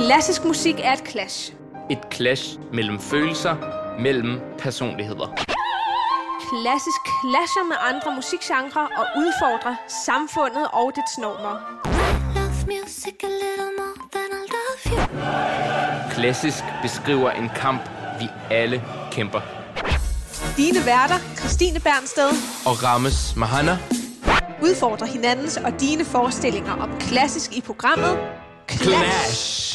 Klassisk musik er et clash. Et clash mellem følelser, mellem personligheder. Klassisk clasher med andre musikgenrer og udfordrer samfundet og dets normer. Klassisk beskriver en kamp, vi alle kæmper. Dine værter, Christine Bernsted og Rames Mahana, udfordrer hinandens og dine forestillinger om klassisk i programmet Clash.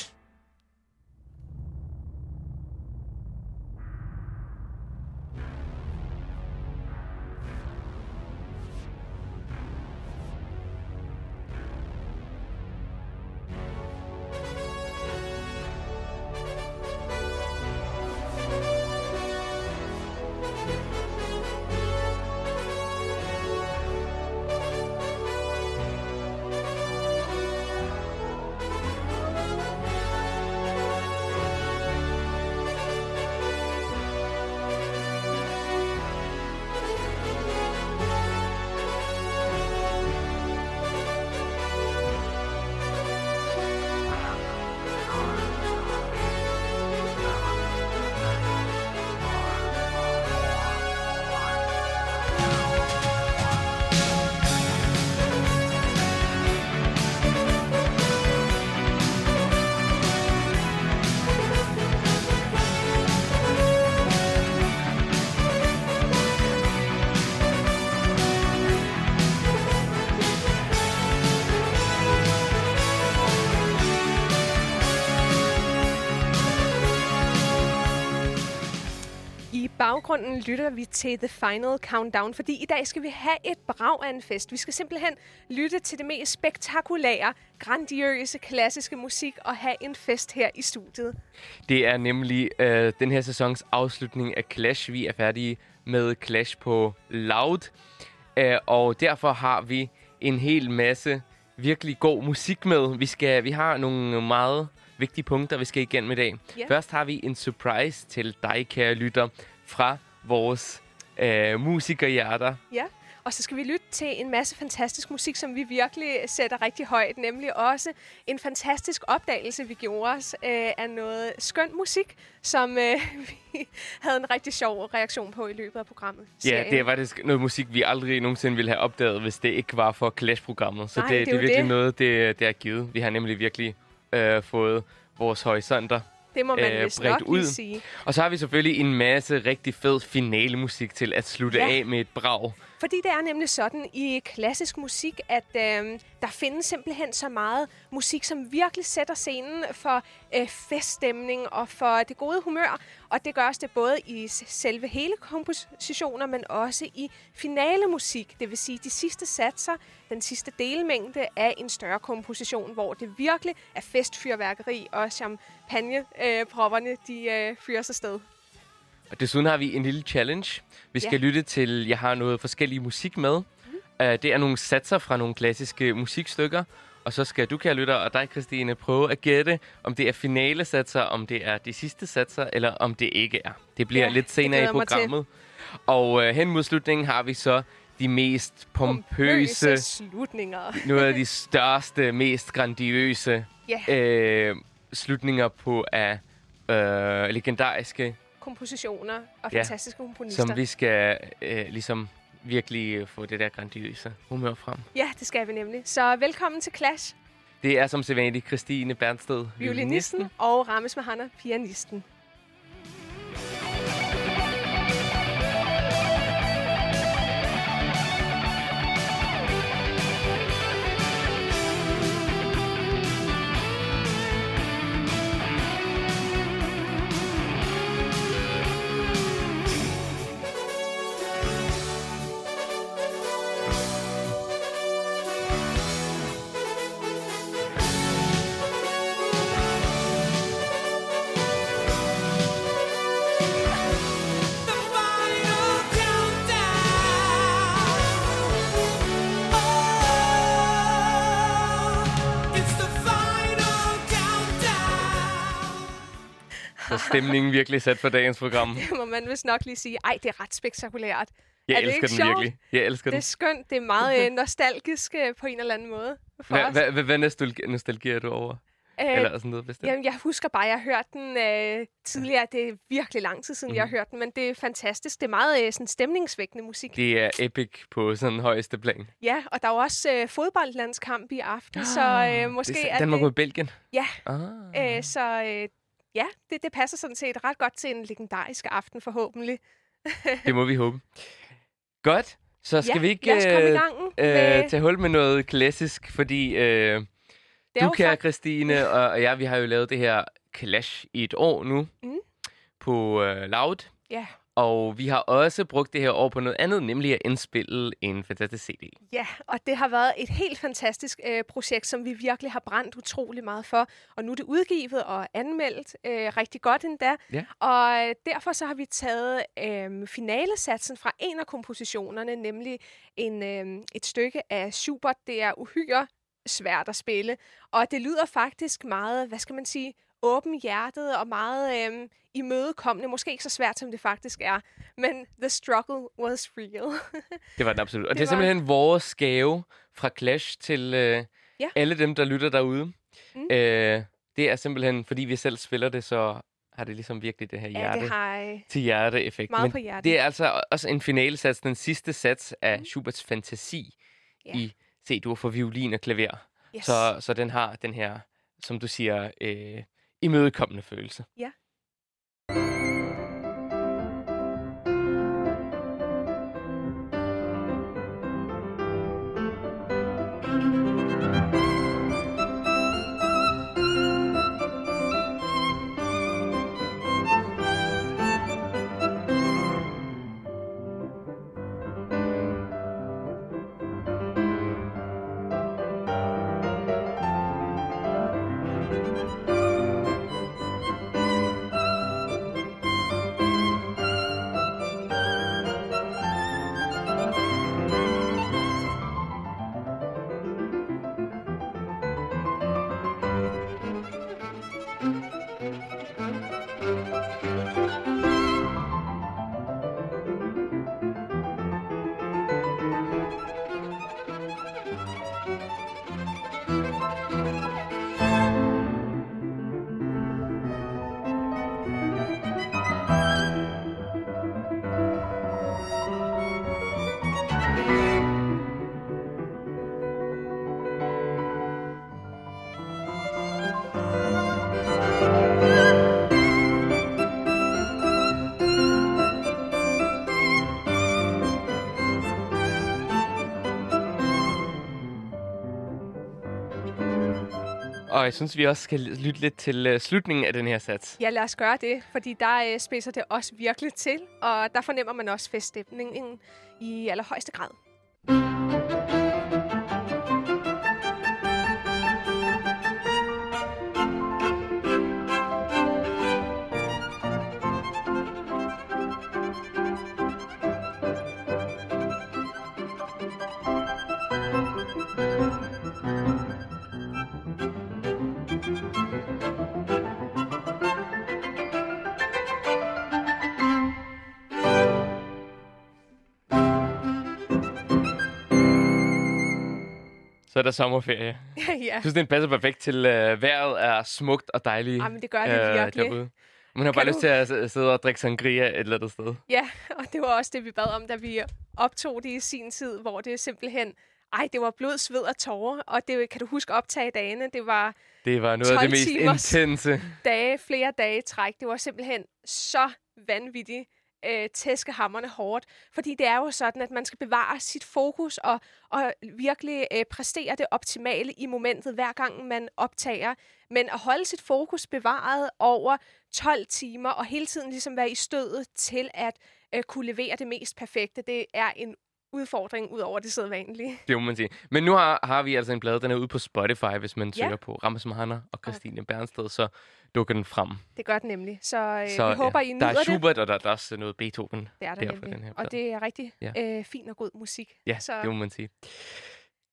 I baggrunden lytter vi til The Final Countdown, fordi i dag skal vi have et brag af en fest. Vi skal simpelthen lytte til det mest spektakulære, grandiøse, klassiske musik og have en fest her i studiet. Det er nemlig den her sæsons afslutning af Clash. Vi er færdige med Clash på Loud, og derfor har vi en hel masse virkelig god musik med. Vi har nogle meget vigtige punkter, vi skal igennem i dag. Yeah. Først har vi en surprise til dig, kære lytter, fra vores musikerhjerter. Ja, og så skal vi lytte til en masse fantastisk musik, som vi virkelig sætter rigtig højt. Nemlig også en fantastisk opdagelse, vi gjorde os af noget skøn musik, som vi havde en rigtig sjov reaktion på i løbet af programmet. Ja, det var faktisk noget musik, vi aldrig nogensinde ville have opdaget, hvis det ikke var for Clash-programmet. Så nej, det er virkelig det. Noget, det er givet. Vi har nemlig virkelig fået vores horisonter det må man vist nok ud. lige sige. Og så har vi selvfølgelig en masse rigtig fed finalemusik til at slutte af med et brag. Fordi det er nemlig sådan i klassisk musik, at der findes simpelthen så meget musik, som virkelig sætter scenen for feststemning og for det gode humør. Og det gørs det både i selve hele kompositioner, men også i finalemusik. Det vil sige de sidste satser, den sidste delmængde af en større komposition, hvor det virkelig er festfyrværkeri og champagnepropperne, de fyres afsted. Og desuden har vi en lille challenge. Vi skal lytte til, jeg har noget forskellige musik med. Det er nogle satser fra nogle klassiske musikstykker. Og så skal du, kære lytter, og dig, Christine, prøve at gætte, om det er finalesatser, om det er de sidste satser, eller om det ikke er. Det bliver lidt senere i programmet. Og hen mod slutningen har vi så de mest pompøse slutninger. Nogle af de største, mest grandiøse slutninger på af legendariske kompositioner og fantastiske komponister. Som vi skal ligesom virkelig få det der grandiøse humør frem. Ja, det skal vi nemlig. Så velkommen til Clash. Det er som sædvanligt Christine Bernsted, violinisten, og Rames Mahana, pianisten. Så stemningen virkelig sat for dagens program. Det må man vist nok lige sige. Ej, det er ret spektakulært. Jeg elsker den virkelig. Jeg elsker den. Det er skønt. Det er meget nostalgisk på en eller anden måde. Hvad nostalgi er du over? Eller sådan noget bestemt? Jamen, jeg husker bare, at jeg har hørt den tidligere. Det er virkelig lang tid siden, jeg har hørt den, men det er fantastisk. Det er meget sådan stemningsvækkende musik. Det er epic på sådan højeste plan. Ja, og der er jo også fodboldlandskamp i aften, så måske... Danmark mod Belgien? Ja, det passer sådan set ret godt til en legendarisk aften, forhåbentlig. Det må vi håbe. Godt, så skal vi ikke tage hul med noget klassisk, fordi du, kære Christine, og jeg, vi har jo lavet det her Clash i et år nu på Loud. Ja. Og vi har også brugt det her år på noget andet, nemlig at indspille en fantastisk CD. Ja, og det har været et helt fantastisk projekt, som vi virkelig har brændt utrolig meget for. Og nu er det udgivet og anmeldt rigtig godt endda. Ja. Og derfor så har vi taget finalesatsen fra en af kompositionerne, nemlig et stykke af Schubert. Det er uhyre svært at spille, og det lyder faktisk meget, hvad skal man sige, åbenhjertet og meget imødekommende. Måske ikke så svært, som det faktisk er, men the struggle was real. Det var det absolut. Og det er simpelthen vores gave fra Clash til alle dem, der lytter derude. Det er simpelthen, fordi vi selv spiller det, så har det ligesom virkelig det her hjerte til hjerte-effekt. Meget på hjertet. Det er altså også en finalesats, den sidste sats af Schuberts fantasi i C-dur for violin og klaver. Yes. Så den har den her, som du siger, imødekommende følelse. Ja. Og jeg synes, vi også skal lytte lidt til slutningen af den her sats. Ja, lad os gøre det, fordi der spidser det også virkelig til, og der fornemmer man også feststemningen i allerhøjeste grad. Så er der sommerferie. Ja. Jeg synes, den passer perfekt til vejret er smukt og dejligt. Ja, men det gør det virkelig. Derude. Man har bare lyst til at sidde og drikke sangria et eller andet sted. Ja, og det var også det, vi bad om, da vi optog det i sin tid, hvor det simpelthen... det var blod, sved og tårer, og det kan du huske optage dagene. Det var noget af det mest intense. Flere dage træk. Det var simpelthen så vanvittigt. Tæskehammerne hårdt, fordi det er jo sådan, at man skal bevare sit fokus og virkelig præstere det optimale i momentet, hver gang man optager. Men at holde sit fokus bevaret over 12 timer og hele tiden ligesom være i stødet til at kunne levere det mest perfekte, det er en udfordring ud over det sædvanlige. Det må man sige. Men nu har vi altså en plade, den er ude på Spotify, hvis man søger på Ramos Mahaner og Christine Bernsted, så dukker den frem. Det gør den nemlig. Så vi håber, I nyder det. Der er Schubert, og der er også noget Beethoven. Det er der nemlig. Den her plade. Og det er rigtig fin og god musik. Ja, så det må man sige.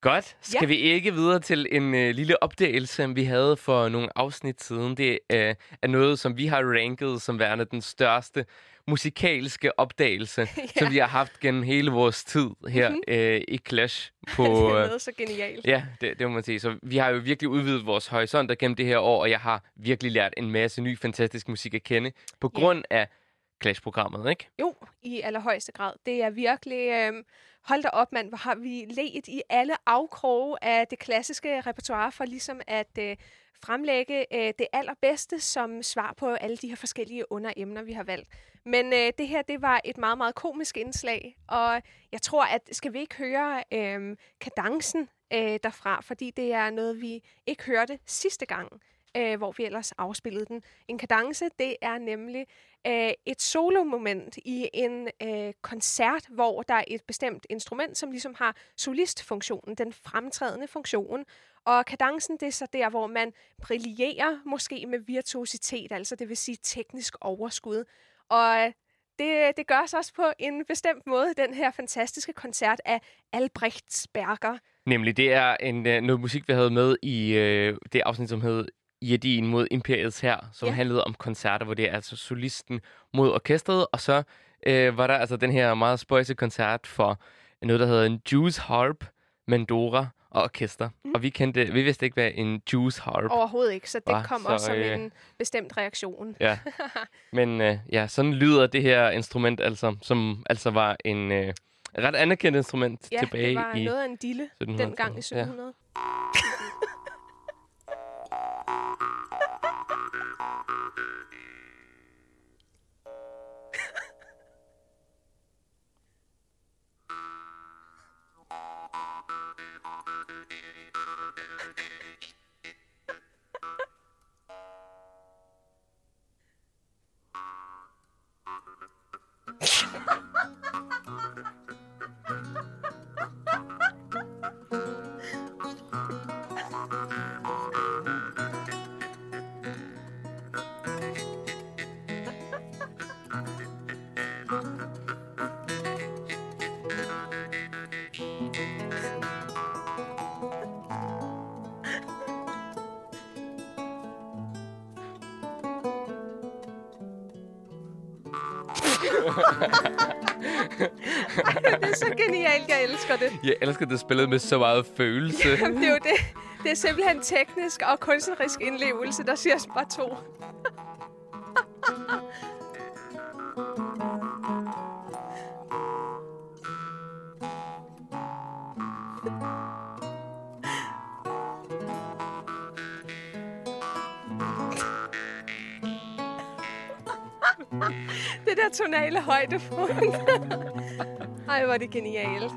Godt. Skal vi ikke videre til en lille opdagelse, vi havde for nogle afsnit siden? Det er noget, som vi har ranket som værende den største musikalske opdagelse, som vi har haft gennem hele vores tid her i Clash. På, det er noget så genialt. Ja, det må man sige. Så vi har jo virkelig udvidet vores horisonter gennem det her år, og jeg har virkelig lært en masse ny, fantastisk musik at kende på grund af Clash-programmet, ikke? Jo, i allerhøjeste grad. Det er virkelig... hold da op, mand, hvor har vi ledt i alle afkroge af det klassiske repertoire for ligesom at fremlægge det allerbedste som svar på alle de her forskellige underemner, vi har valgt. Men det her, det var et meget, meget komisk indslag, og jeg tror, at skal vi ikke høre kadencen derfra, fordi det er noget, vi ikke hørte sidste gang, hvor vi ellers afspillede den. En kadence, det er nemlig et solomoment i en koncert, hvor der er et bestemt instrument, som ligesom har solistfunktionen, den fremtrædende funktion. Og kadencen, det er så der, hvor man brillerer måske med virtuositet, altså det vil sige teknisk overskud. Og det gørs også på en bestemt måde, den her fantastiske koncert af Albrechtsberger. Nemlig, det er noget musik, vi havde med i det afsnit, som hed Jedin mod Imperiets hær, som handlede om koncerter, hvor det er altså solisten mod orkestret, og så var der altså den her meget spøjse koncert for noget, der hedder en Jews harp, mandora og orkester. Og vi vidste ikke, hvad en Jews harp overhovedet ikke, så det kom også som en bestemt reaktion. Ja, men sådan lyder det her instrument, altså, som altså var en ret anerkendt instrument tilbage i... Ja, det var noget af en dille dengang i 1700. Ja. Det er så genialt, jeg elsker det. Jeg elsker det spillet med så meget følelse. Jamen, det er jo det. Det er simpelthen teknisk og kunstnerisk indlevelse, der siger bare to. Det der tonale højdepunkt. Ej, hvor er det genialt.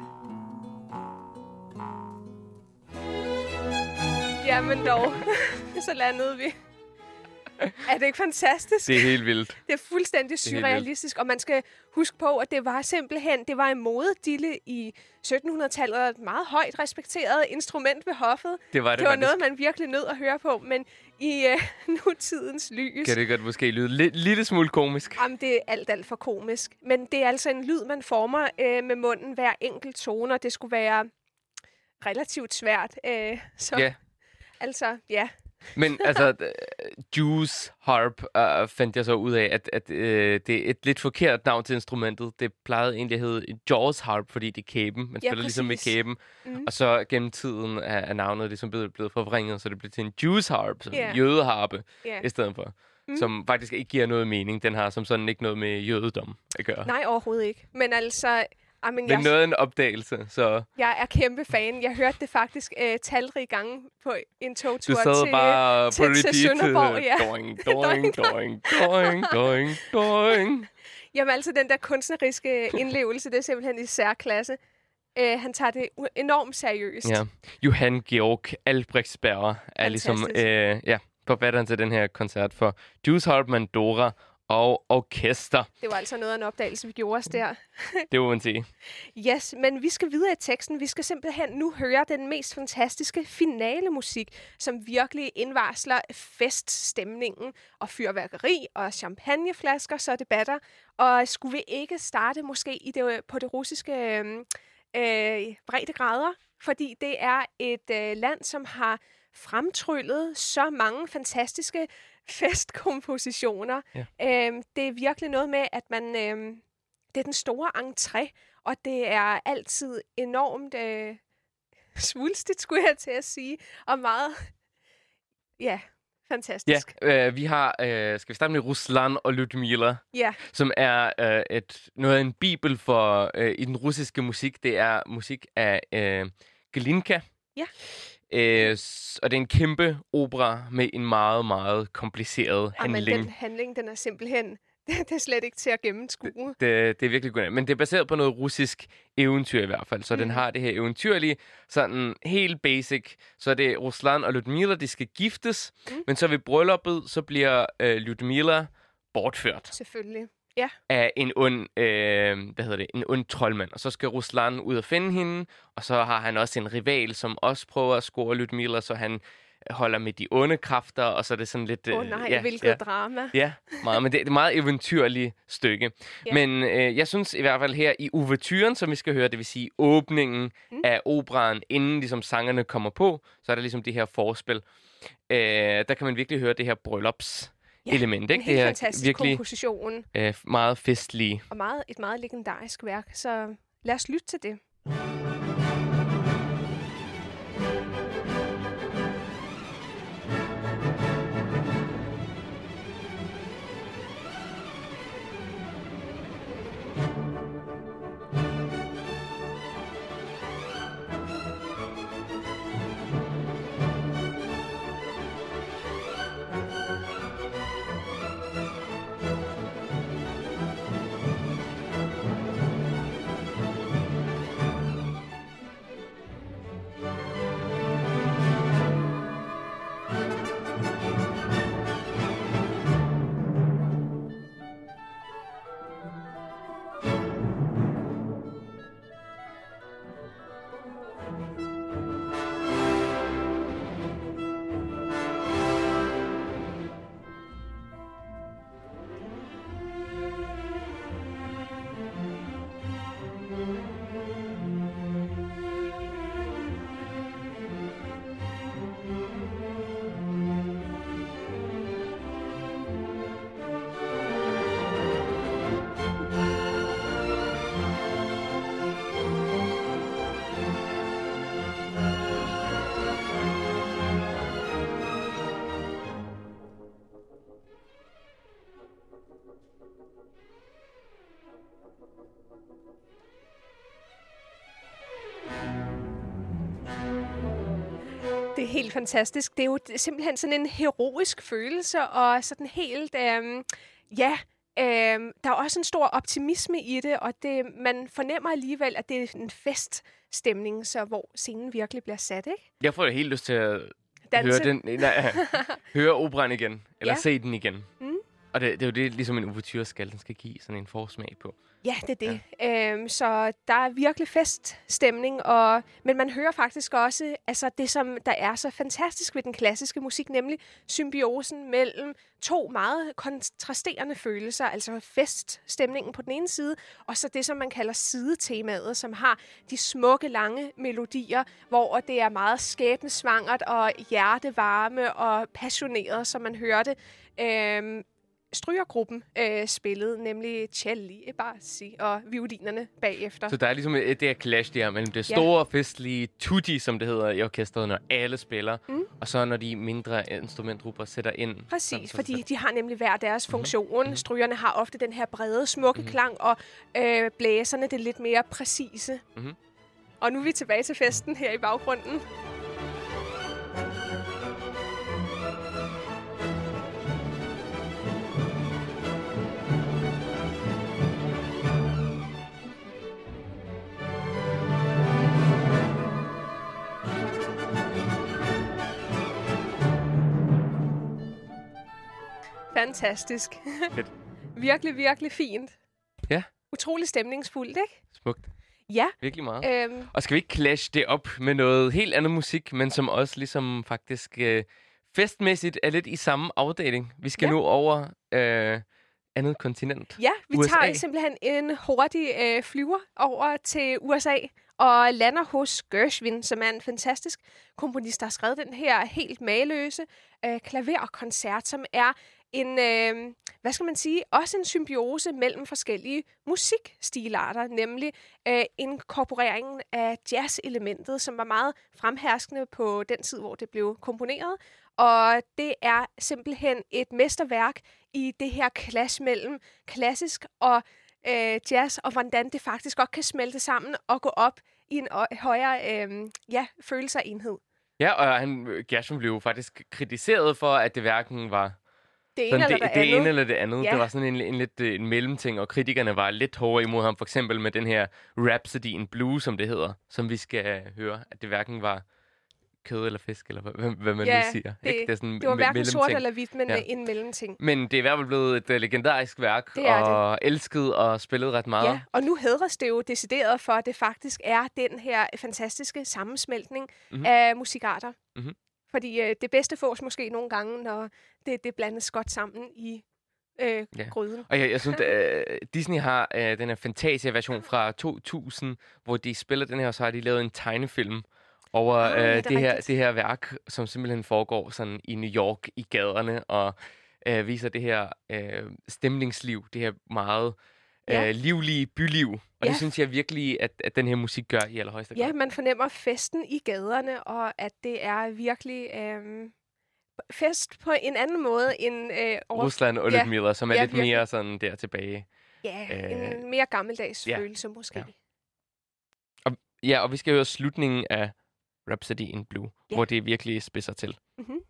Jamen dog, så landede vi. Er det ikke fantastisk? Det er helt vildt. Det er fuldstændig surrealistisk, og man skal huske på, at det var en modedille i 1700-tallet, og et meget højt respekteret instrument ved hoffet. Det var noget, man virkelig nød at høre på, men i nutidens lys... Kan det godt måske lyde lille smule komisk? Jamen, det er alt for komisk. Men det er altså en lyd, man former med munden hver enkelt tone, og det skulle være relativt svært. Altså, ja. Men altså, Jews harp fandt jeg så ud af, at det er et lidt forkert navn til instrumentet. Det plejede egentlig at hedde Jaws harp, fordi det er kæben. Man spiller ligesom med kæben. Og så gennem tiden er navnet ligesom blevet forvrænget, så det blev til en Jews harp, som jødeharpe, i stedet for. Som faktisk ikke giver noget mening. Den har som sådan ikke noget med jødedom at gøre. Nej, overhovedet ikke. Men altså... Men noget af en opdagelse, så... Jeg er kæmpe fan. Jeg hørte det faktisk talrige gange på en togtur til Sønderborg. Ja. Doing, doing, doing, doing, doing, doing. Jamen altså, den der kunstneriske indlevelse, det er simpelthen i særklasse. Han tager det enormt seriøst. Ja. Johann Georg Albrechtsberger er ligesom forfatteren til den her koncert for Jews harp, mandora og orkester. Det var altså noget af en opdagelse, vi gjorde os der. Det må man sige. Yes, men vi skal videre i teksten. Vi skal simpelthen nu høre den mest fantastiske finale musik, som virkelig indvarsler feststemningen og fyrværkeri og champagneflasker, så debatter. Og skulle vi ikke starte måske på det russiske breddegrader? fordi det er et land, som har fremtryllet så mange fantastiske festkompositioner. Ja. Det er virkelig noget med, at man... det er den store entré, og det er altid enormt svulstigt, skulle jeg til at sige, og meget... Ja, fantastisk. Ja, vi har... skal vi starte med Ruslan og Lyudmila, Ja. som er noget af en bibel for i den russiske musik. Det er musik af Glinka. Ja. Og det er en kæmpe opera med en meget, meget kompliceret handling. Men den handling, den er simpelthen... Det er slet ikke til at gennemskue. Det er virkelig godt. Men det er baseret på noget russisk eventyr i hvert fald. Så den har det her eventyrlige, sådan helt basic. Så det er Ruslan og Lyudmila, de skal giftes. Men så ved brylluppet, så bliver Lyudmila bortført. Selvfølgelig. Ja. Af en ond, en ond troldmand. Og så skal Ruslan ud og finde hende. Og så har han også en rival, som også prøver at score Lyudmila, så han holder med de onde kræfter, og så er det sådan lidt... hvilket drama. Ja, meget, men det er et meget eventyrligt stykke. Ja. Men jeg synes i hvert fald her i ouverturen, som vi skal høre, det vil sige åbningen af operaen, inden ligesom sangerne kommer på, så er der ligesom det her forspil. Der kan man virkelig høre det her bryllupselement. En helt fantastisk virkelig, komposition. Meget festlige. Og et meget legendarisk værk, så lad os lytte til det. Det er helt fantastisk. Det er jo simpelthen sådan en heroisk følelse, og sådan helt, der er også en stor optimisme i det, og man fornemmer alligevel, at det er en feststemning, så hvor scenen virkelig bliver sat, ikke? Jeg får jo helt lyst til at høre operaen igen, eller se den igen. Og det er jo det, ligesom en ouverture skal, den skal give sådan en forsmag på. Ja, det er det. Ja. Så der er virkelig feststemning, men man hører faktisk også altså det, som der er så fantastisk ved den klassiske musik, nemlig symbiosen mellem to meget kontrasterende følelser, altså feststemningen på den ene side, og så det, som man kalder sidetemaet, som har de smukke, lange melodier, hvor det er meget skæbnesvangert og hjertevarme og passioneret, som man hørte. Strygergruppen spillede, nemlig celli e bassi og violinerne bagefter. Så der er ligesom det her clash der mellem det store festlige tutti, som det hedder i orkestret, når alle spiller, og så når de mindre instrumentgrupper sætter ind. Præcis, fordi de har nemlig hver deres funktion. Strygerne har ofte den her brede, smukke klang, og blæserne det lidt mere præcise. Og nu er vi tilbage til festen her i baggrunden. Fantastisk. Fedt. Virkelig, virkelig fint. Ja. Utrolig stemningsfuldt, ikke? Smukt. Ja. Virkelig meget. Og skal vi ikke clash det op med noget helt andet musik, men som også ligesom faktisk festmæssigt er lidt i samme afdeling. Vi skal nu over andet kontinent. Ja, vi USA. tager simpelthen en hurtig flyver over til USA og lander hos Gershwin, som er en fantastisk komponist, der har skrevet den her helt mageløse klaverkoncert, som er en, hvad skal man sige, også en symbiose mellem forskellige musikstilarter, nemlig inkorporeringen af jazz-elementet, som var meget fremherskende på den tid, hvor det blev komponeret. Og det er simpelthen et mesterværk i det her clash mellem klassisk og jazz, og hvordan det faktisk godt kan smelte sammen og gå op i en højere følelse af enhed. Ja, og Gershwin blev jo faktisk kritiseret for, at det hverken var det ene eller det andet. Ja. Det var sådan en mellemting, og kritikerne var lidt hårdere imod ham. For eksempel med den her Rhapsody in Blue, som det hedder, som vi skal høre, at det hverken var kød eller fisk, eller hvad man nu siger. Det er sådan det var hverken sort eller hvidt, men en mellemting. Men det er i hvert fald blevet et legendarisk værk, og elsket og spillet ret meget. Ja, og nu hedres det jo decideret for, at det faktisk er den her fantastiske sammensmeltning af musikarter. Mm-hmm. Fordi det bedste fås måske nogle gange, når det blandes godt sammen i gryden. Og jeg synes, Disney har den her Fantasia-version fra 2000, hvor de spiller den her, og så har de lavet en tegnefilm over det her værk, som simpelthen foregår sådan i New York i gaderne, og viser det her stemningsliv, det her meget livlige byliv. Og det synes jeg virkelig, at den her musik gør i allerhøjeste grad. Ja, man fornemmer festen i gaderne, og at det er virkelig fest på en anden måde end Rusland og Ludmilla, som er lidt virkelig mere sådan der tilbage. Ja, en mere gammeldags følelse måske. Ja. Og vi skal høre slutningen af Rhapsody in Blue, hvor det virkelig spidser til. Mm-hmm.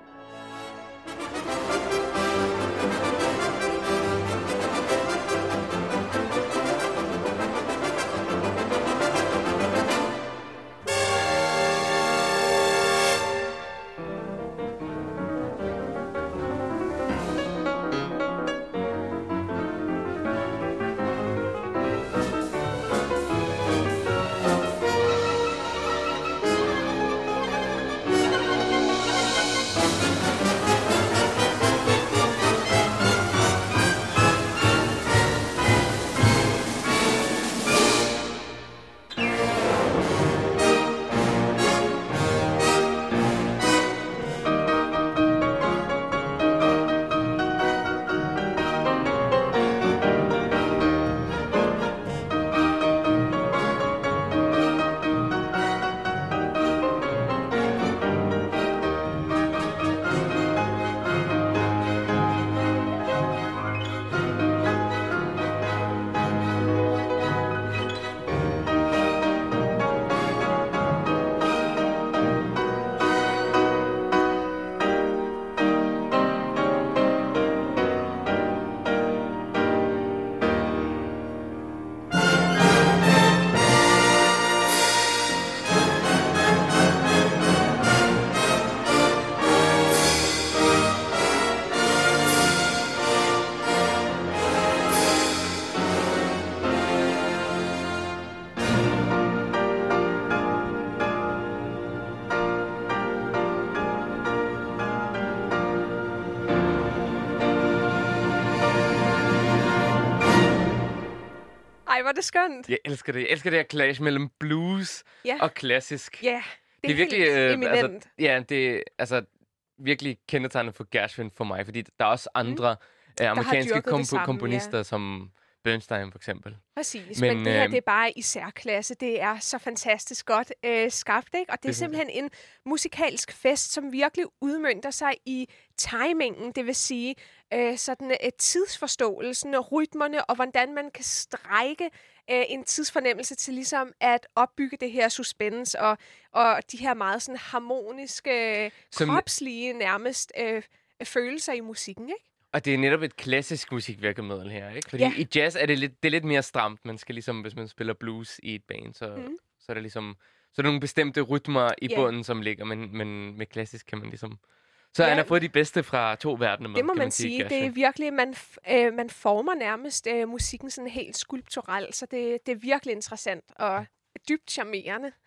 Ej, hvor er det skønt. Jeg elsker det. Jeg elsker det her clash mellem blues og klassisk. Ja, det er virkelig eminent. Det er virkelig kendetegnet for Gershwin for mig, fordi der er også andre amerikanske komponister, som Bernstein for eksempel. Præcis, men det her det er bare i særklasse. Det er så fantastisk godt skabt, ikke? Og det er simpelthen en musikalsk fest, som virkelig udmønter sig i timingen, det vil sige sådan tidsforståelsen og rytmerne, og hvordan man kan strække en tidsfornemmelse til ligesom at opbygge det her suspense og de her meget sådan harmoniske, kropslige nærmest følelser i musikken, ikke? Og det er netop et klassisk musikvirkemiddel her, ikke? Fordi i jazz er det er lidt mere stramt. Man skal ligesom, hvis man spiller blues i et band, så er det ligesom så er der nogle bestemte rytmer i bunden, som ligger, men med klassisk kan man ligesom. Så han har fået de bedste fra to verdener med. Det må man sige. Det er virkelig, man former nærmest musikken sådan helt skulpturelt, så det er virkelig interessant og dybt charmerende.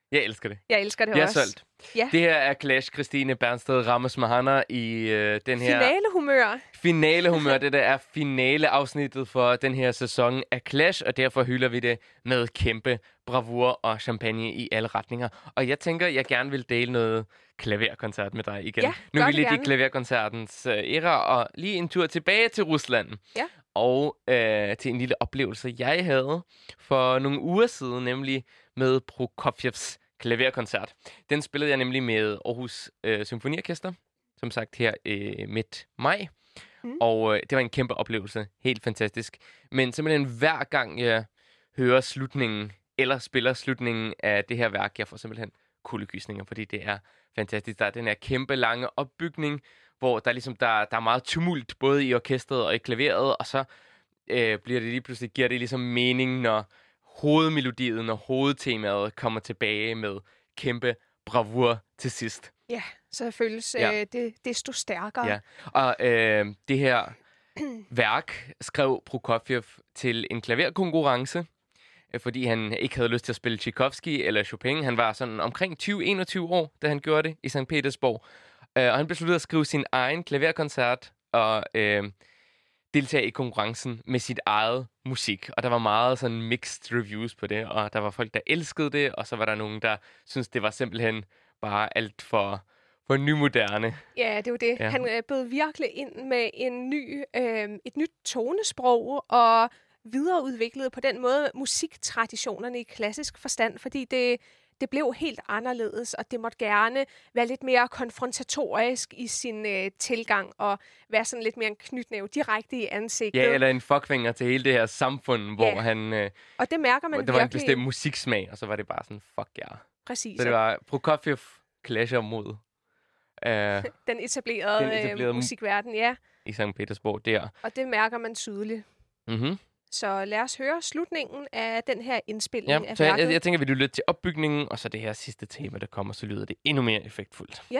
Jeg elsker det. Jeg elsker det Jeg er også. solgt. Ja. Det her er Clash Christine Bernsted Ramos Mahana i den her... Finalehumør. Finalehumør. Det der er finaleafsnittet for den her sæson af Clash, og derfor hylder vi det med kæmpe bravur og champagne i alle retninger. Og jeg tænker, jeg gerne vil dele noget klaverkoncert med dig igen. Ja, nu er vi det lidt gerne. i klaverkoncertens æra, og lige en tur tilbage til Rusland. Ja. Og til en lille oplevelse, jeg havde for nogle uger siden, nemlig med Prokofievs klaverkoncert. Den spillede jeg nemlig med Aarhus Symfoniorkester, som sagt her midt maj. Og det var en kæmpe oplevelse. Helt fantastisk. Men simpelthen hver gang jeg hører slutningen, eller spiller slutningen af det her værk, jeg får simpelthen kuldegysninger, fordi det er fantastisk. Der er den her kæmpe lange opbygning, hvor der er meget tumult, både i orkestret og i klaveret, og så bliver det lige pludselig, giver det ligesom mening, når hovedmelodiet, når hovedtemaet kommer tilbage med kæmpe bravur til sidst. Ja, så føles det desto stærkere. Ja, og det her værk skrev Prokofjev til en klaverkonkurrence, fordi han ikke havde lyst til at spille Tchaikovsky eller Chopin. Han var sådan omkring 20-21 år, da han gjorde det i St. Petersborg. Og han besluttede at skrive sin egen klaverkoncert og deltage i konkurrencen med sit eget musik. Og der var meget sådan mixed reviews på det, og der var folk, der elskede det, og så var der nogen, der syntes, det var simpelthen bare alt for nymoderne. Ja, det var det. Ja. Han bød virkelig ind med et nyt tonesprog og videreudviklede på den måde musiktraditionerne i klassisk forstand, fordi det blev helt anderledes, og det måtte gerne være lidt mere konfrontatorisk i sin tilgang, og være sådan lidt mere en knytnæve direkte i ansigtet. Ja, eller en fuckfinger til hele det her samfund, hvor han... og det mærker man virkelig. Der var en bestemt musiksmag, og så var det bare sådan, fuck ja. Yeah. Præcis. Så det var Prokofjev clasher mod... den etablerede musikverden, ja. I St. Petersborg, der. Og det mærker man tydeligt. Mhm. Så lad os høre slutningen af den her indspilning af så værket. jeg tænker, vi lytter lidt til opbygningen, og så det her sidste tema, der kommer, så lyder det endnu mere effektfuldt. Ja.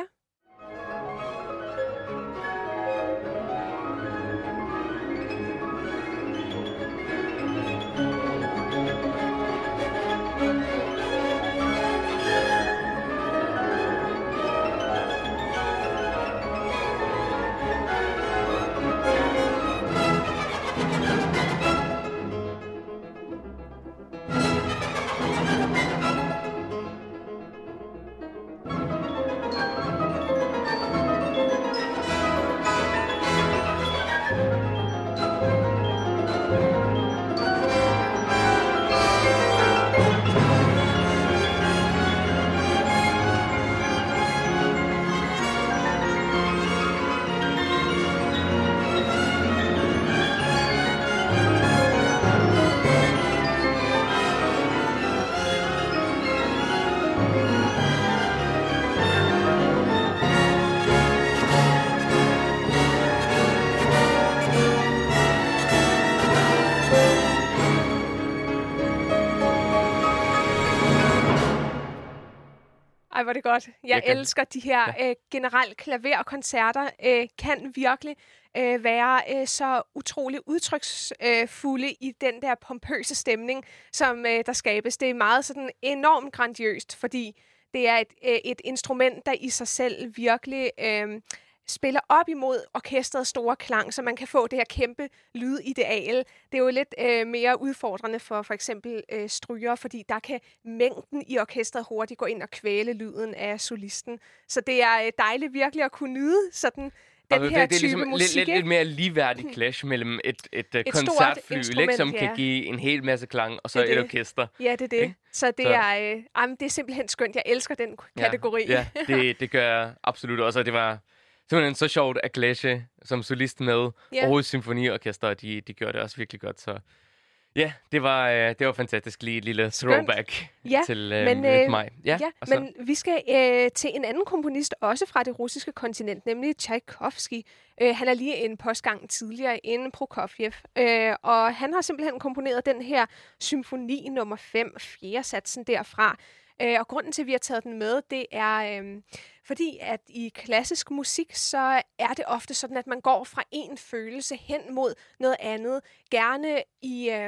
Ej, hvor er det godt. Jeg elsker de her generelt klaverkoncerter. Kan virkelig være så utrolig udtryksfulde i den der pompøse stemning, som der skabes. Det er meget sådan enormt grandiøst, fordi det er et instrument, der i sig selv virkelig spiller op imod orkestrets store klang, så man kan få det her kæmpe lydideal. Det er jo lidt mere udfordrende for eksempel stryger, fordi der kan mængden i orkestret hurtigt gå ind og kvæle lyden af solisten. Så det er dejligt virkelig at kunne nyde sådan den her det er type ligesom musik. lidt mere ligeværdigt clash mellem et koncertfly, som kan give en hel masse klang, og så et orkester. Ja, det er det. Så det er simpelthen skønt. Jeg elsker den kategori. Ja, det gør jeg absolut også, og det var simpelthen så sjovt at clashe som solist med Aarhus Symfoniorkester, og de gjorde det også virkelig godt, så ja, det var fantastisk lige et lille throwback til mig. Men vi skal til en anden komponist, også fra det russiske kontinent, nemlig Tchaikovsky. Han er lige en postgang tidligere end Prokofjev, og han har simpelthen komponeret den her symfoni nummer 5, fjerde satsen derfra. Og grunden til, at vi har taget den med, det er fordi, at i klassisk musik, så er det ofte sådan, at man går fra en følelse hen mod noget andet. Gerne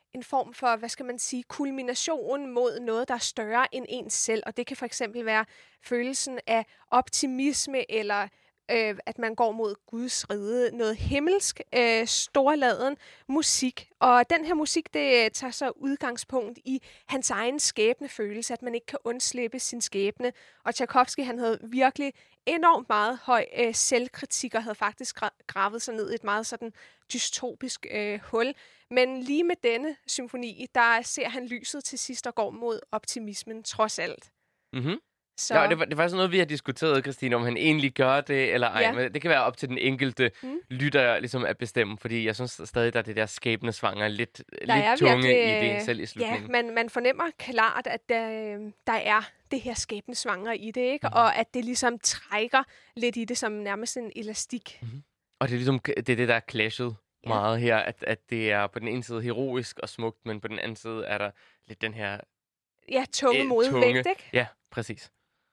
en form for, hvad skal man sige, kulmination mod noget, der er større end ens selv. Og det kan for eksempel være følelsen af optimisme, eller at man går mod Guds rige, noget himmelsk, storladen musik. Og den her musik, det tager så udgangspunkt i hans egen skæbnefølelse, at man ikke kan undslippe sin skæbne. Og Tchaikovsky, han havde virkelig enormt meget høj selvkritik, og havde faktisk gravet sig ned i et meget sådan dystopisk hul. Men lige med denne symfoni, der ser han lyset til sidst og går mod optimismen, trods alt. Mhm. Så. Ja, det var sådan noget, vi har diskuteret, Christine, om han egentlig gør det eller ej. Ja. Men det kan være op til den enkelte lytter ligesom at bestemme, fordi jeg synes stadig, der er det der skæbnesvanger lidt tunge i det selv i slutningen. Ja, man fornemmer klart, at der er det her skæbnesvanger i det, ikke? Og at det ligesom trækker lidt i det som nærmest en elastik. Og det er ligesom det der er clashet meget her, at det er på den ene side heroisk og smukt, men på den anden side er der lidt den her tunge modvægt, ikke? Ja, præcis.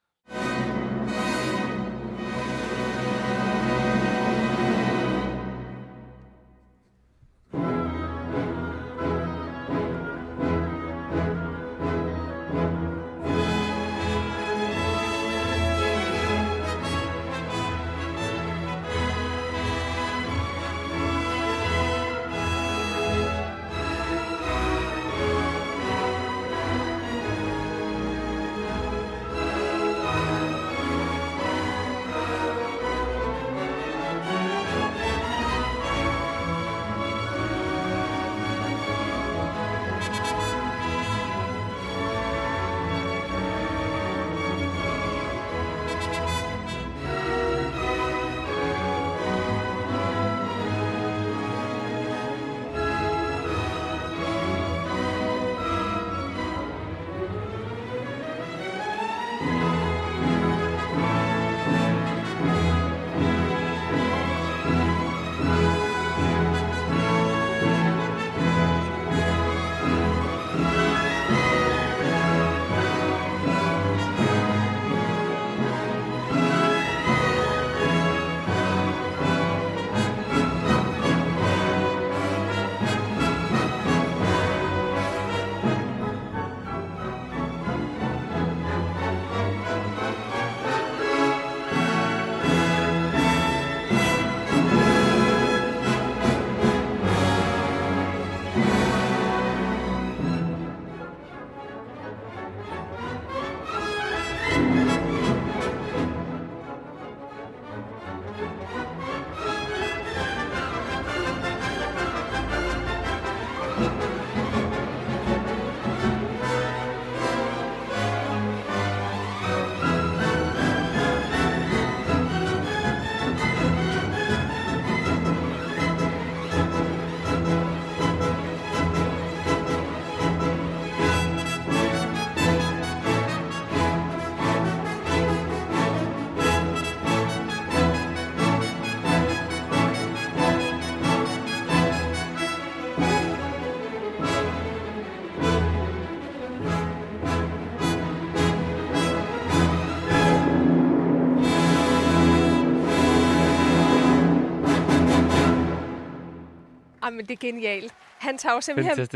Men det er genialt. Han tager jo simpelthen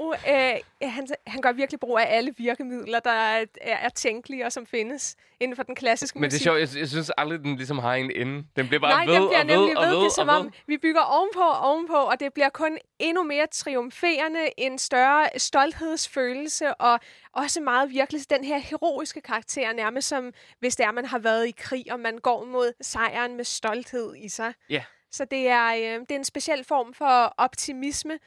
han gør virkelig brug af alle virkemidler, der er tænkelige og som findes inden for den klassiske musik. Men det er sjovt, jeg synes aldrig, den ligesom har en ende. Den bliver bare ved og ved. Det er som om, vi bygger ovenpå, og det bliver kun endnu mere triumferende, en større stolthedsfølelse, og også meget virkelig den her heroiske karakter, nærmest som hvis det er, man har været i krig, og man går mod sejren med stolthed i sig. Ja. Så det er en speciel form for optimisme,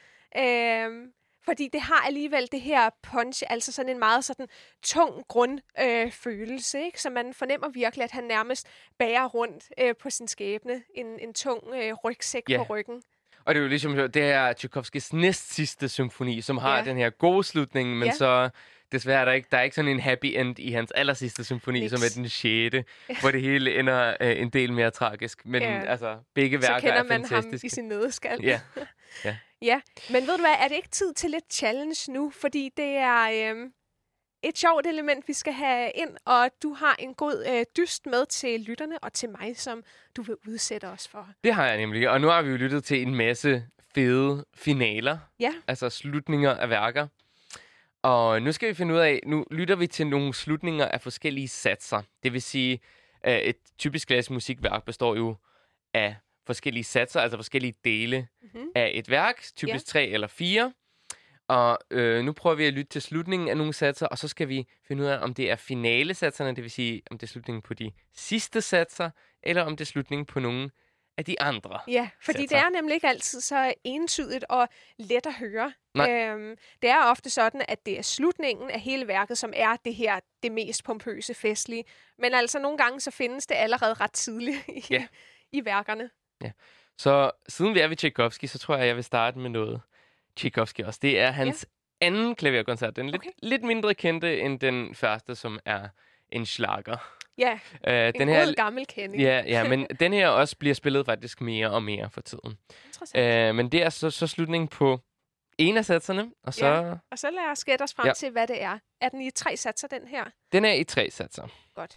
fordi det har alligevel det her punch, altså sådan en meget sådan tung grundfølelse, ikke? Så man fornemmer virkelig, at han nærmest bærer rundt på sin skæbne, en tung rygsæk på ryggen. Og det er jo ligesom, det er Tchaikovskys næst sidste symfoni, som har den her gode slutning, men så desværre der er ikke sådan en happy end i hans allersidste symfoni, som er den 6., hvor det hele ender en del mere tragisk. Men altså, begge værker er fantastiske. Så kender man ham i sin nødskal. Ja. Men ved du hvad, er det ikke tid til lidt challenge nu? Fordi det er et sjovt element, vi skal have ind, og du har en god dyst med til lytterne og til mig, som du vil udsætte os for. Det har jeg nemlig, og nu har vi jo lyttet til en masse fede finaler. Ja. Altså slutninger af værker. Og nu skal vi finde ud af, nu lytter vi til nogle slutninger af forskellige satser. Det vil sige, et typisk klassisk musikværk består jo af forskellige satser, altså forskellige dele af et værk, typisk 3 eller 4. Og nu prøver vi at lytte til slutningen af nogle satser, og så skal vi finde ud af, om det er finalesatserne, det vil sige, om det er slutningen på de sidste satser, eller om det er slutningen på nogle af de andre. Ja, fordi satser. det er nemlig ikke altid så entydigt og let at høre. Det er ofte sådan, at det er slutningen af hele værket, som er det mest pompøse, festlige. Men altså nogle gange, så findes det allerede ret tidligt i værkerne. Ja. Så siden vi er ved Tchaikovsky, så tror jeg vil starte med noget Tchaikovsky også. Det er hans anden klaverkoncert. Den er lidt mindre kendte end den første, som er en schlager. Ja, en god gammel kending. Ja, men den her også bliver spillet faktisk mere og mere for tiden. Interessant. Men det er så slutningen på en af satserne. Og så lad os gætte os frem til, hvad det er. Er den i 3 satser, den her? Den er i 3 satser. Godt.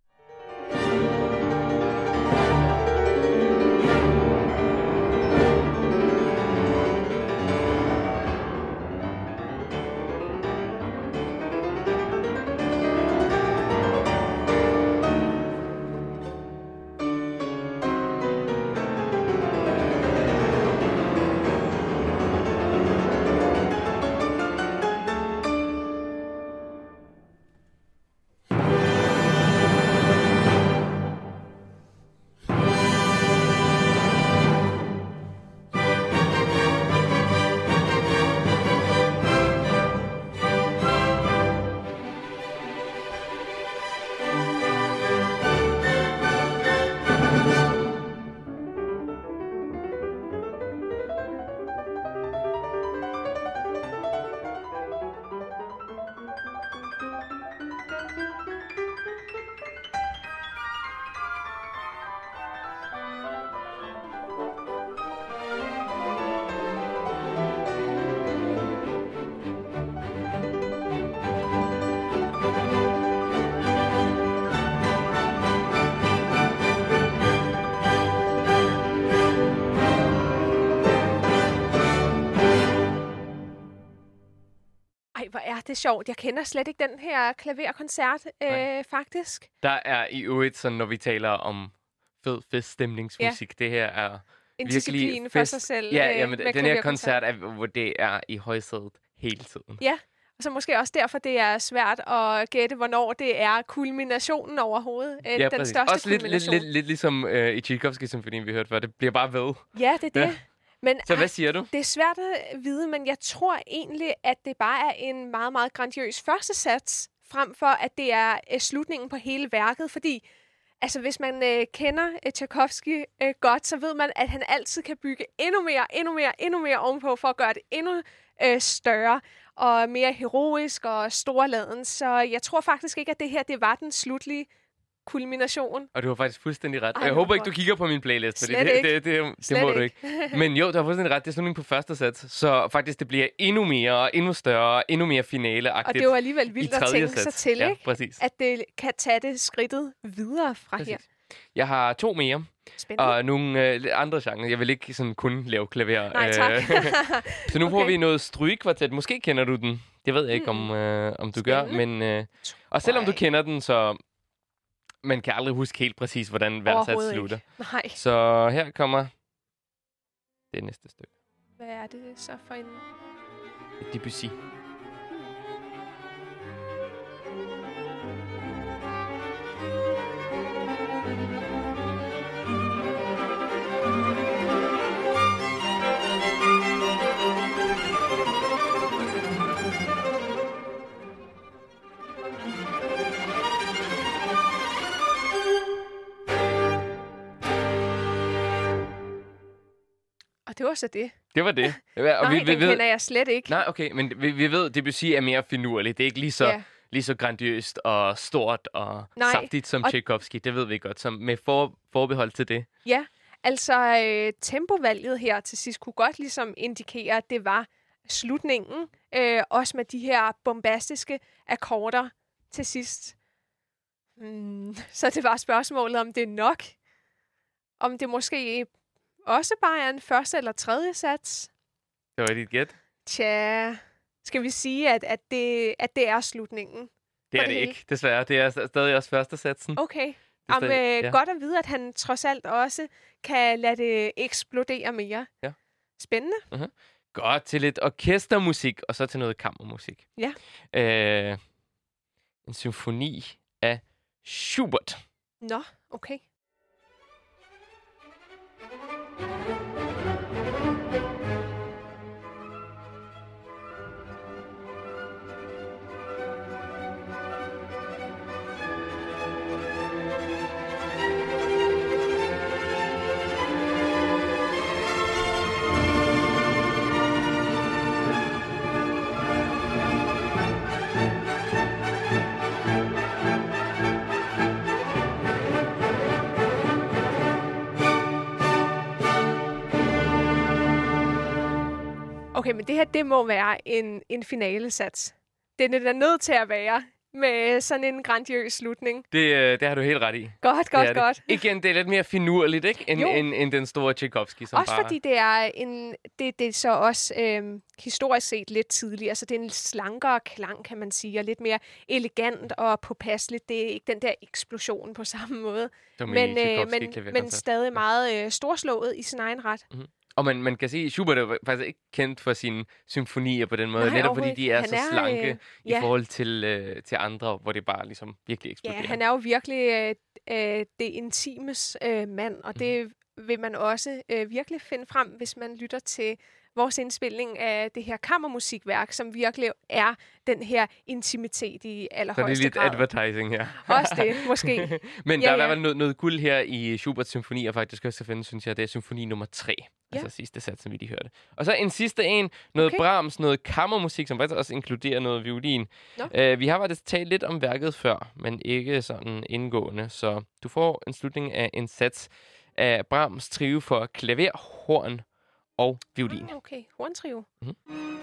Det er sjovt. Jeg kender slet ikke den her klaverkoncert, faktisk. Der er i øvrigt, sådan, når vi taler om fed feststemningsmusik, det her er en virkelig disciplin for sig selv. Ja, men den her koncert er, hvor det er i højsædet hele tiden. Ja, og så måske også derfor, det er svært at gætte, hvornår det er kulminationen overhovedet. Ja, den største også kulmination. lidt ligesom i Tchaikovsky-symfonien, vi hørte før. Det bliver bare ved. Ja, det er det. Ja. Men, så hvad siger du? Det er svært at vide, men jeg tror egentlig, at det bare er en meget, meget grandiøs første sats, frem for at det er slutningen på hele værket. Fordi altså, hvis man kender Tchaikovsky godt, så ved man, at han altid kan bygge endnu mere ovenpå, for at gøre det endnu større og mere heroisk og storladen. Så jeg tror faktisk ikke, at det her det var den slutlige kulmination. Og du har faktisk fuldstændig ret. Jeg håber ikke, du kigger på min playlist, for det må du ikke. Men jo, du har fuldstændig ret. Det er slutningen på første sats. Så faktisk, det bliver endnu mere, endnu større, endnu mere finale-agtigt. Og det er jo alligevel vildt at tænke sig til, ikke? Præcis. At det kan tage det skridtet videre fra her. Jeg har 2 mere. Spændende. Og nogle andre genrer. Jeg vil ikke sådan kun lave klaver. Nej, tak. Så nu får vi noget strygekvartet. Måske kender du den. Det ved jeg ikke, om du gør. Men, og selvom du kender den, så man kan aldrig huske helt præcis, hvordan hver sats slutter. Nej. Så her kommer det næste stykke. Hvad er det så for en? Debussy. Det var så det. Det var det. Og nej, den kender jeg slet ikke. Nej, okay, men vi ved, det Debussy er mere finurligt. Det er ikke lige så grandiøst og stort og saftigt som Tchaikovsky. Det ved vi godt, som med forbehold til det. Ja, altså tempovalget her til sidst kunne godt ligesom indikere, at det var slutningen. Også med de her bombastiske akkorder til sidst. Så det var spørgsmålet, om det er nok. Om det måske også bare er en første eller tredje sats. Det var dit gæt. Tja, skal vi sige, at det er slutningen? Det er det ikke, desværre. Det er stadig også første satsen. Okay. Godt at vide, at han trods alt også kan lade det eksplodere mere. Ja. Spændende. Uh-huh. Godt, til lidt orkestermusik, og så til noget kammermusik. Ja. En symfoni af Schubert. Nå, okay. Okay, men det her, det må være en finalesats. Den er da nødt til at være med sådan en grandiøs slutning. Det har du helt ret i. Godt. Igen, det er lidt mere finurligt, ikke? End den store Tchaikovsky, som også bare... fordi det er det er så også historisk set lidt tidligere, så det er en slankere klang, kan man sige, og lidt mere elegant og påpasseligt. Det er ikke den der eksplosion på samme måde. Men stadig meget storslået i sin egen ret. Mm-hmm. Og man kan sige, at Schubert er faktisk ikke kendt for sine symfonier på den måde, netop fordi de er så slanke i forhold til andre, hvor det bare ligesom virkelig eksploderer. Ja, han er jo virkelig det intimes mand, og det vil man også virkelig finde frem, hvis man lytter til vores indspilning af det her kammermusikværk, som virkelig er den her intimitet i allerhøjeste grad. Det er lidt advertising her. Også det, måske. Men der er i hvert fald noget guld her i Schuberts symfoni, og faktisk også at finde, synes jeg, det er symfoni nummer 3. Ja. Altså sidste sats, som vi lige hørte. Og så en sidste noget Brahms, noget kammermusik, som faktisk også inkluderer noget violin. Vi har faktisk talt lidt om værket før, men ikke sådan indgående. Så du får en slutning af en sats af Brahms trio for klaver, horn og violin. Okay, horntrio. Mm-hmm.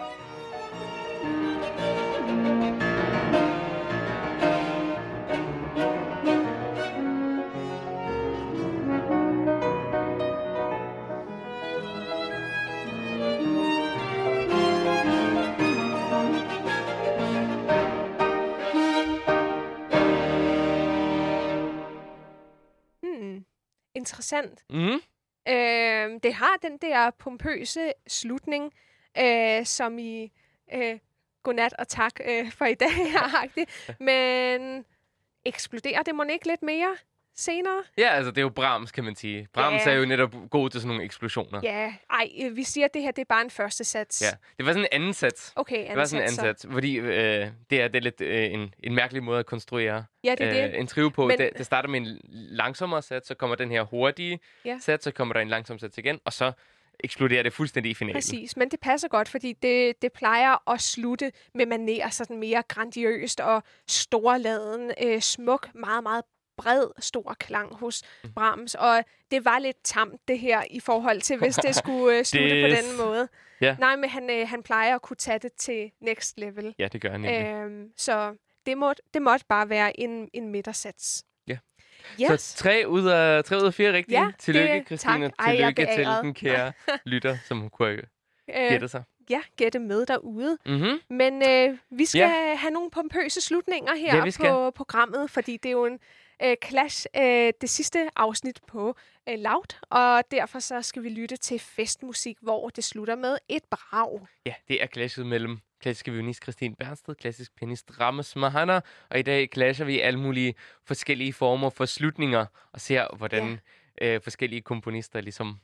Interessant. Mm-hmm. Det har den der pompøse slutning, som i godnat og tak for i dag her. Men eksploderer det må ikke lidt mere senere? Ja, altså det er jo Brahms, kan man sige. Brahms er jo netop god til sådan nogle eksplosioner. Ja, vi siger, at det her det er bare en første sats. Ja, det var sådan en anden sats. Okay, det var sådan en anden sats, fordi det er lidt en mærkelig måde at konstruere en trio på. Men... Det starter med en langsommere sats, så kommer den her hurtige sats, så kommer der en langsom sats igen, og så eksploderer det fuldstændig i finalen. Præcis, men det passer godt, fordi det plejer at slutte med manér sådan mere grandiøst og storladen, smuk, meget, meget bred, stor klang hos Brahms, og det var lidt tamt det her i forhold til, hvis det skulle slutte på den måde. Yeah. Nej, men han plejer at kunne tage det til next level. Ja, det gør han nemlig. Så det måtte bare være en midtersats. Ja. Yes. Så 3 ud af 4 rigtige. Ja, tillykke, Christine. Tillykke til den kære lytter, som kunne gætte sig. Ja, gætte med derude. Mm-hmm. Men vi skal have nogle pompøse slutninger her på programmet, fordi det er jo en Clash det sidste afsnit på Loud, og derfor så skal vi lytte til festmusik, hvor det slutter med et brag. Ja, det er clashet mellem klassiske violinist Christine Bernsted, klassisk pianist Rames Mahana, og i dag clasher vi alle mulige forskellige former for slutninger, og ser, hvordan forskellige komponister ligesom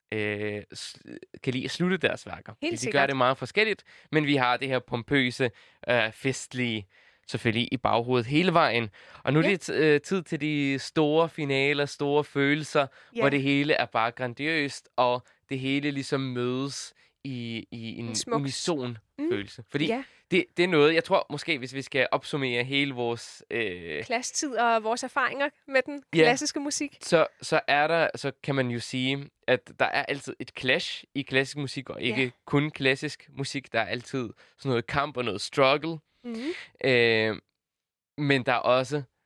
kan lide at slutte deres værker. De gør det meget forskelligt, men vi har det her pompøse, festlige, selvfølgelig i baghovedet hele vejen. Og nu er det tid til de store finaler, store følelser, hvor det hele er bare grandiøst, og det hele ligesom mødes i en unison følelse. Fordi det er noget, jeg tror måske, hvis vi skal opsummere hele vores klassetid og vores erfaringer med den klassiske musik, så kan man jo sige, at der er altid et clash i klassisk musik, og ikke kun klassisk musik. Der er altid sådan noget kamp og noget struggle. Mm-hmm. Men der er også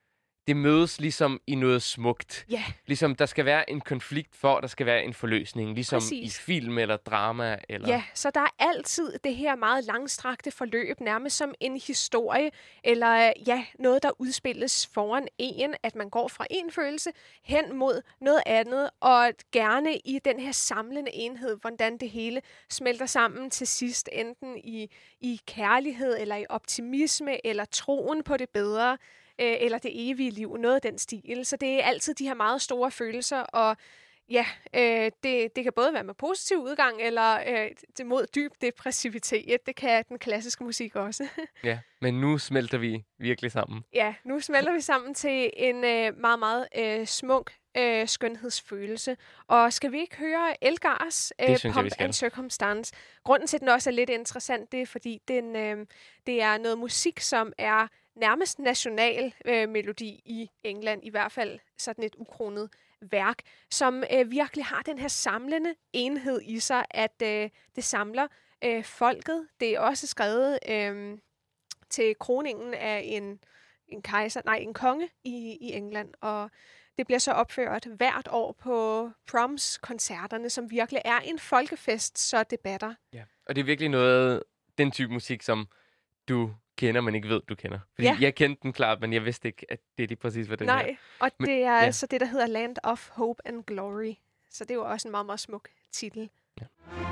det mødes ligesom i noget smukt. Ja. Ligesom der skal være en konflikt for, der skal være en forløsning. Ligesom Præcis. i film eller drama. Eller... Ja, så der er altid det her meget langstrakte forløb, nærmest som en historie, eller noget, der udspilles foran en, at man går fra en følelse hen mod noget andet, og gerne i den her samlende enhed, hvordan det hele smelter sammen til sidst, enten i kærlighed, eller i optimisme, eller troen på det bedre, eller det evige liv, noget af den stil. Så det er altid de her meget store følelser, og det kan både være med positiv udgang, eller det mod dyb depressivitet. Det kan den klassiske musik også. Ja, men nu smelter vi virkelig sammen. Ja, nu smelter vi sammen til en meget, meget smuk skønhedsfølelse. Og skal vi ikke høre Elgars Pomp and Circumstance? Grunden til, at den også er lidt interessant, det er, fordi det er noget musik, som er nærmest national melodi i England, i hvert fald sådan et ukronet værk, som virkelig har den her samlende enhed i sig, at det samler folket. Det er også skrevet til kroningen af en konge i England, og det bliver så opført hvert år på proms-koncerterne, som virkelig er en folkefest, så debatter. Ja, og det er virkelig noget, den type musik, som du kender, men ikke ved, du kender. Fordi jeg kendte den klart, men jeg vidste ikke, at det er lige præcis, hvad den er. Nej, og det er altså det, der hedder Land of Hope and Glory. Så det er jo også en meget, meget smuk titel. Ja.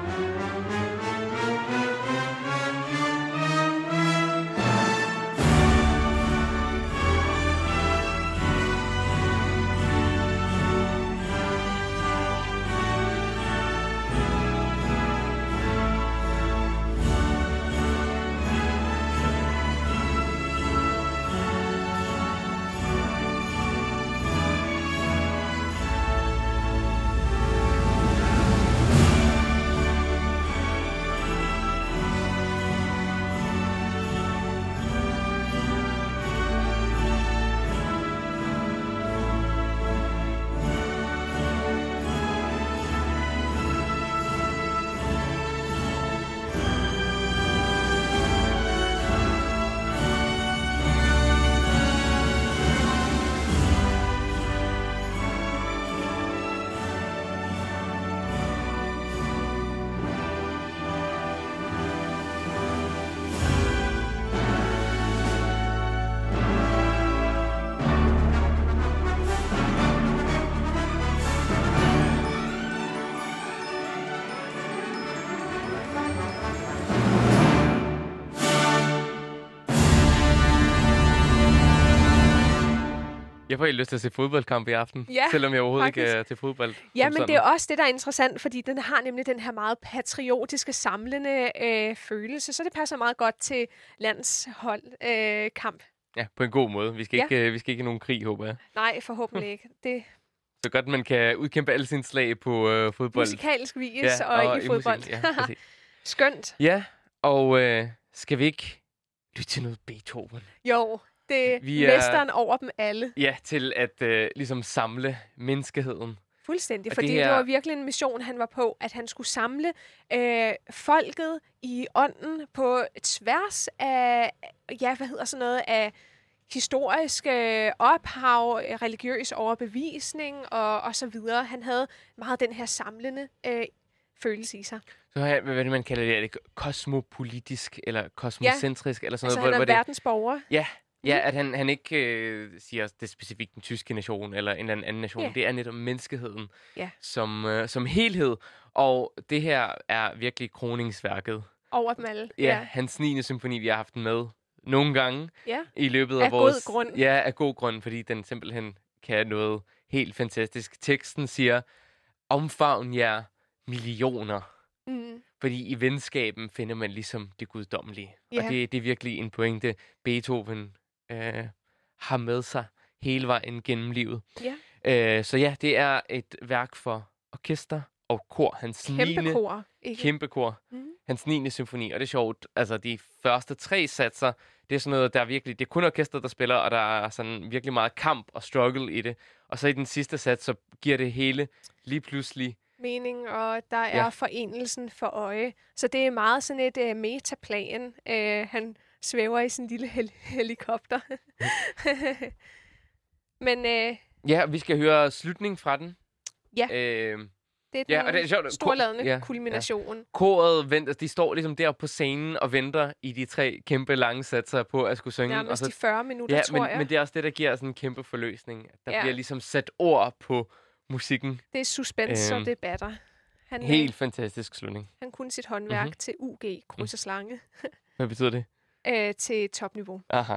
Jeg får helt lyst til at se fodboldkamp i aften, selvom jeg overhovedet ikke er til fodbold. Ja, men det er også det, der er interessant, fordi den har nemlig den her meget patriotiske, samlende følelse, så det passer meget godt til landsholdkamp. Ja, på en god måde. Vi skal ikke have nogen krig, håber jeg. Nej, forhåbentlig ikke. Det så godt, man kan udkæmpe alle sine slag på fodbold. Musikalsk vis og i fodbold. Musik, Skønt. Ja, og skal vi ikke lytte til noget Beethoven? Jo. Det er mesteren over dem alle. Ja, til at ligesom samle menneskeheden. Fuldstændig, fordi det var virkelig en mission, han var på, at han skulle samle folket i ånden på tværs af, af historiske ophav, religiøs overbevisning og så videre. Han havde meget den her samlende følelse i sig. Så hvad er det, man kalder det? Er det kosmopolitisk eller kosmocentrisk? Eller sådan altså noget? Han er verdensborger. Ja, at han ikke siger, det er specifikt den tyske nation eller en eller anden nation. Det er netop menneskeheden som helhed. Og det her er virkelig kroningsværket. Over dem alle. Ja, hans 9. symfoni, vi har haft den med nogle gange i løbet af vores... god grund. Ja, af god grund, fordi den simpelthen kan noget helt fantastisk. Teksten siger, omfavn jer millioner. Fordi i venskaben finder man ligesom det guddommelige. Og det er virkelig en pointe, Beethoven har med sig hele vejen gennem livet. Så det er et værk for orkester og kor. Kæmpe kor. Hans 9. symfoni. Og det er sjovt, altså de første 3 satser, det er sådan noget, der virkelig, det er kun orkester, der spiller, og der er sådan virkelig meget kamp og struggle i det. Og så i den sidste sats, så giver det hele lige pludselig mening, og der er forenelsen for øje. Så det er meget sådan et metaplan. Han svæver i sin lille helikopter. Men Ja, vi skal høre slutningen fra den. Ja. Øh, det er Ja, den og det er sjovt. storladende kulmination. Koret venter, de står ligesom der på scenen og venter i de 3 kæmpe lange satser på at skulle synge. Nærmest og så, de 40 minutter, tror jeg. Men det er også det, der giver sådan en kæmpe forløsning. Der bliver ligesom sat ord på musikken. Det er suspense og debatter. Helt fantastisk slutning. Han kunne sit håndværk til UG, kryds og slange. Hvad betyder det? Til topniveau. Aha.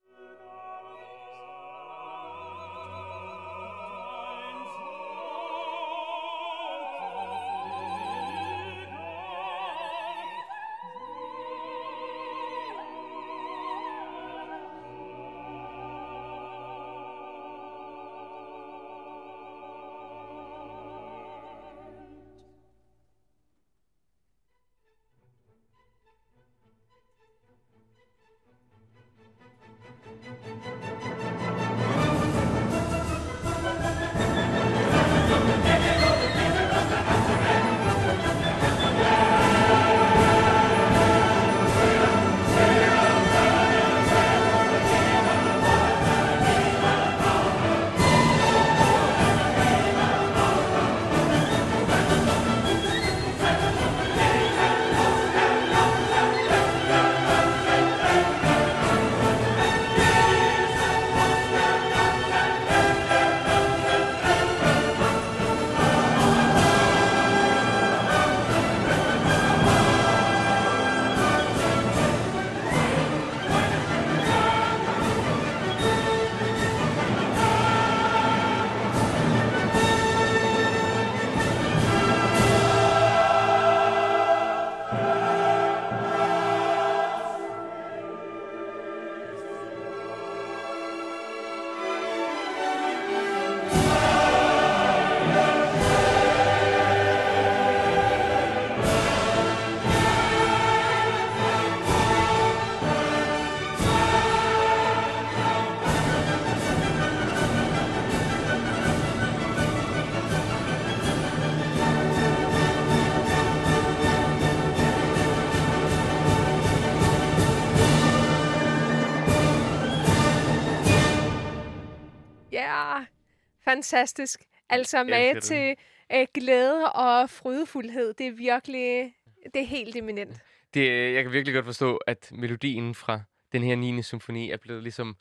Fantastisk. Altså med til glæde og frydefuldhed. Det er virkelig, det er helt eminent. Jeg kan virkelig godt forstå, at melodien fra den her 9. symfoni er blevet ligesom,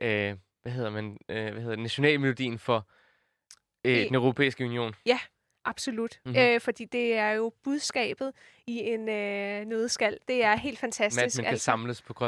nationalmelodien for den europæiske union. Ja, absolut. Fordi det er jo budskabet i en nødskal. Det er helt fantastisk. Med at man kan samles på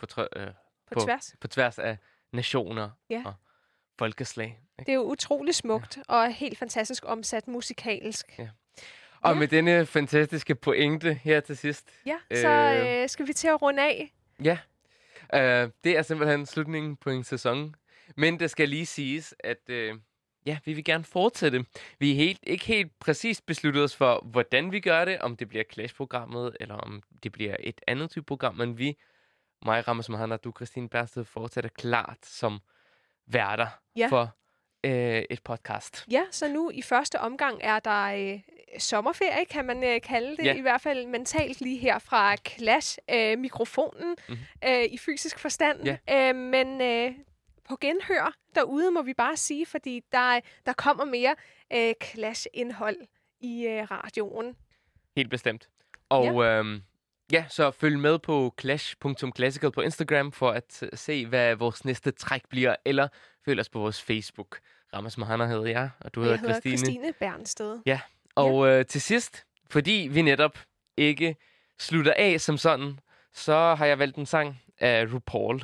tværs af nationer og folkeslag. Det er jo utrolig smukt og helt fantastisk omsat musikalsk. Ja. Og med denne fantastiske pointe her til sidst. Ja, så skal vi til at runde af. Ja, det er simpelthen slutningen på en sæson. Men det skal lige siges, at vi vil gerne fortsætte. Vi er ikke helt præcist besluttet os for, hvordan vi gør det. Om det bliver Clash-programmet, eller om det bliver et andet type program. Men mig, Ramos Mahana, og du, Christine Bersted, fortsætter klart som værter for et podcast. Ja, så nu i første omgang er der sommerferie, kan man kalde det, i hvert fald mentalt lige her fra Clash-mikrofonen i fysisk forstand. Men på genhør derude, må vi bare sige, fordi der kommer mere Clash-indhold i radioen. Helt bestemt. Og så følg med på clash.classical på Instagram for at se, hvad vores næste træk bliver, eller følg os på vores Facebook. Ramos Mahana hedder jeg, og du hedder Christine. Christine Bernsted. Ja, og til sidst, fordi vi netop ikke slutter af som sådan, så har jeg valgt en sang af RuPaul.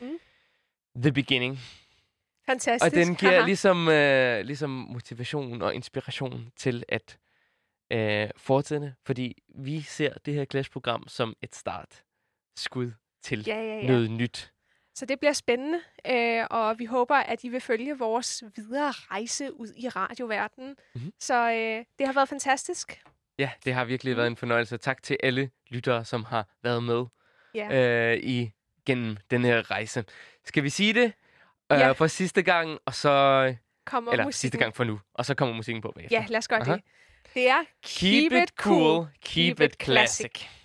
The Beginning. Fantastisk. Og den giver ligesom motivation og inspiration til at fortsætte, fordi vi ser det her Clash-program som et startskud til noget nyt. Så det bliver spændende, og vi håber, at I vil følge vores videre rejse ud i radioverdenen. Så det har været fantastisk. Ja, det har virkelig været en fornøjelse. Tak til alle lyttere, som har været med gennem den her rejse. Skal vi sige det for sidste gang, og så kommer eller musikken. Sidste gang for nu, og så kommer musikken på bagefter. Ja, lad os gøre det. Det er Keep it cool, keep it classic.